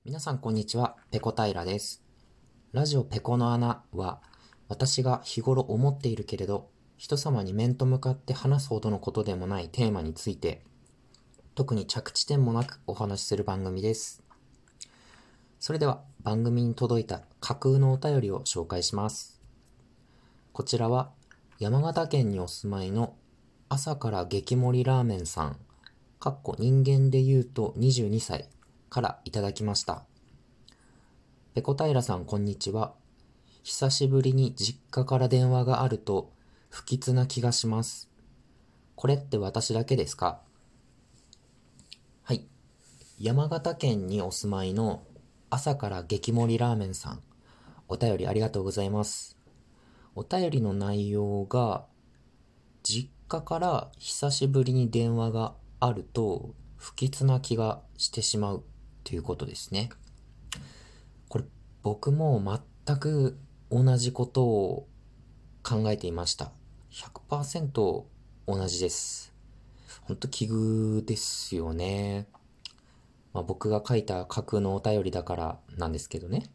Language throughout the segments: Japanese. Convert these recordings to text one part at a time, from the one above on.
皆さんこんにちは、ペコ平です。ラジオペコの穴は、私が日頃思っているけれど、人様に面と向かって話すほどのことでもないテーマについて、特に着地点もなくお話しする番組です。それでは、番組に届いた架空のお便りを紹介します。こちらは、山形県にお住まいの朝から激盛りラーメンさん、人間で言うと22歳からいただきました。ペコ平さん、こんにちは。久しぶりに実家から電話があると不吉な気がします。これって私だけですか？はい。山形県にお住まいの朝から激盛りラーメンさん、お便りありがとうございます。お便りの内容が、実家から久しぶりに電話があると不吉な気がしてしまうということですね。これ、僕も全く同じことを考えていました。100% 同じです。ほんと奇遇ですよね。僕が書いた架空のお便りだからなんですけどね。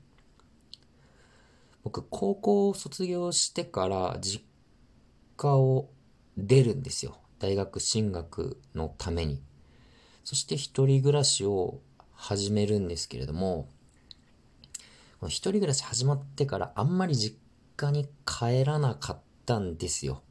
僕、高校を卒業してから実家を出るんですよ。大学進学のために。そして一人暮らしを始めるんですけれども、この一人暮らし始まってからあんまり実家に帰らなかったんですよ。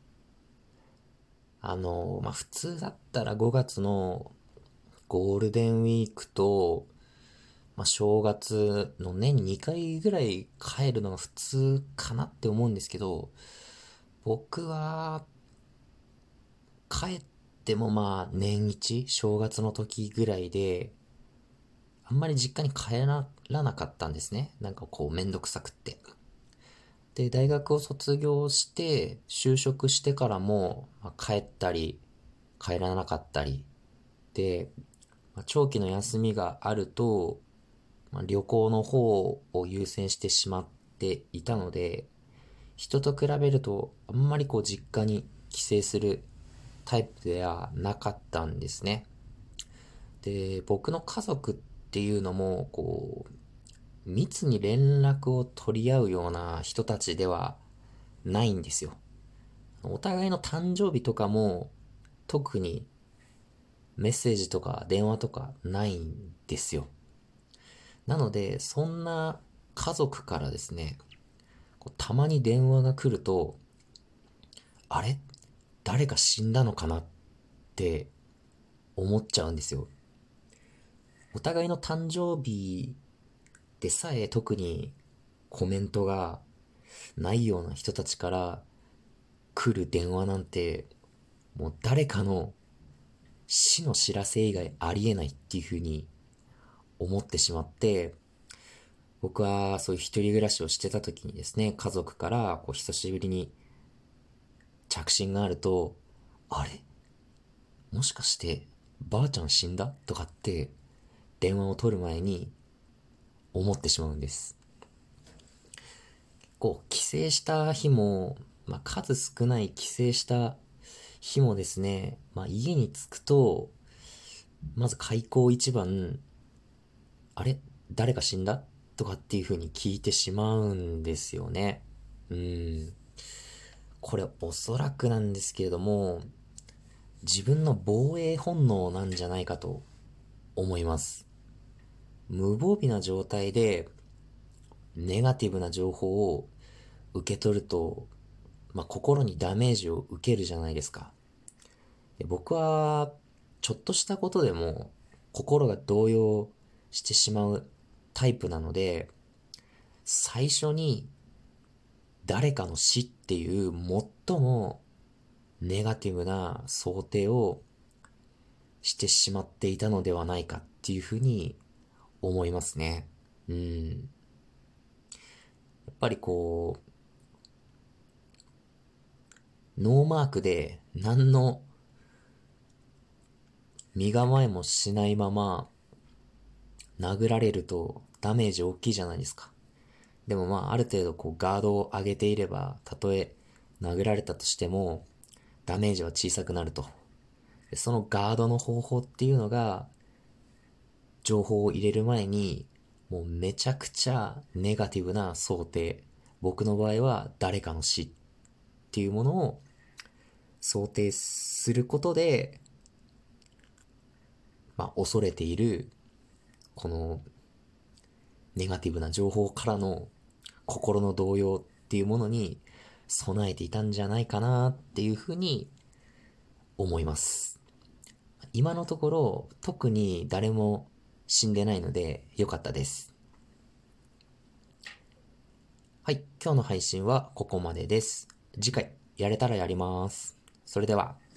普通だったら5月のゴールデンウィークと、正月の年2回ぐらい帰るのが普通かなって思うんですけど、僕は帰っても年一、正月の時ぐらいで、あんまり実家に帰らなかったんですね。なんかこうめんどくさくって。で、大学を卒業して就職してからも、帰ったり帰らなかったりで、長期の休みがあると、旅行の方を優先してしまっていたので、人と比べるとあんまりこう実家に帰省するタイプではなかったんですね。で、僕の家族っていうのも、こう、密に連絡を取り合うような人たちではないんですよ。お互いの誕生日とかも特にメッセージとか電話とかないんですよ。なので、そんな家族からですね、たまに電話が来ると、あれ誰か死んだのかなって思っちゃうんですよ。お互いの誕生日でさえ特にコメントがないような人たちから来る電話なんて、もう誰かの死の知らせ以外ありえないっていう風に思ってしまって、僕はそういう一人暮らしをしてた時にですね、家族からこう久しぶりに着信があると、あれもしかしてばあちゃん死んだとかって電話を取る前に思ってしまうんです。こう帰省した日も、数少ない帰省した日もですね、家に着くとまず開口一番、あれ誰か死んだとかっていう風に聞いてしまうんですよね。うーん。これおそらくなんですけれども、自分の防衛本能なんじゃないかと思います。無防備な状態でネガティブな情報を受け取ると、心にダメージを受けるじゃないですか。で僕は、ちょっとしたことでも心が動揺してしまうタイプなので、最初に誰かの死っていう最もネガティブな想定をしてしまっていたのではないかっていうふうに思いますね。うん。やっぱりこう、ノーマークで何の身構えもしないまま殴られるとダメージ大きいじゃないですか。でもある程度こうガードを上げていれば、たとえ殴られたとしてもダメージは小さくなると。でそのガードの方法っていうのが、情報を入れる前にもうめちゃくちゃネガティブな想定。僕の場合は誰かの死っていうものを想定することで、恐れている、このネガティブな情報からの心の動揺っていうものに備えていたんじゃないかなっていうふうに思います。今のところ特に誰も死んでないので良かったです。はい、今日の配信はここまでです。次回やれたらやります。それでは。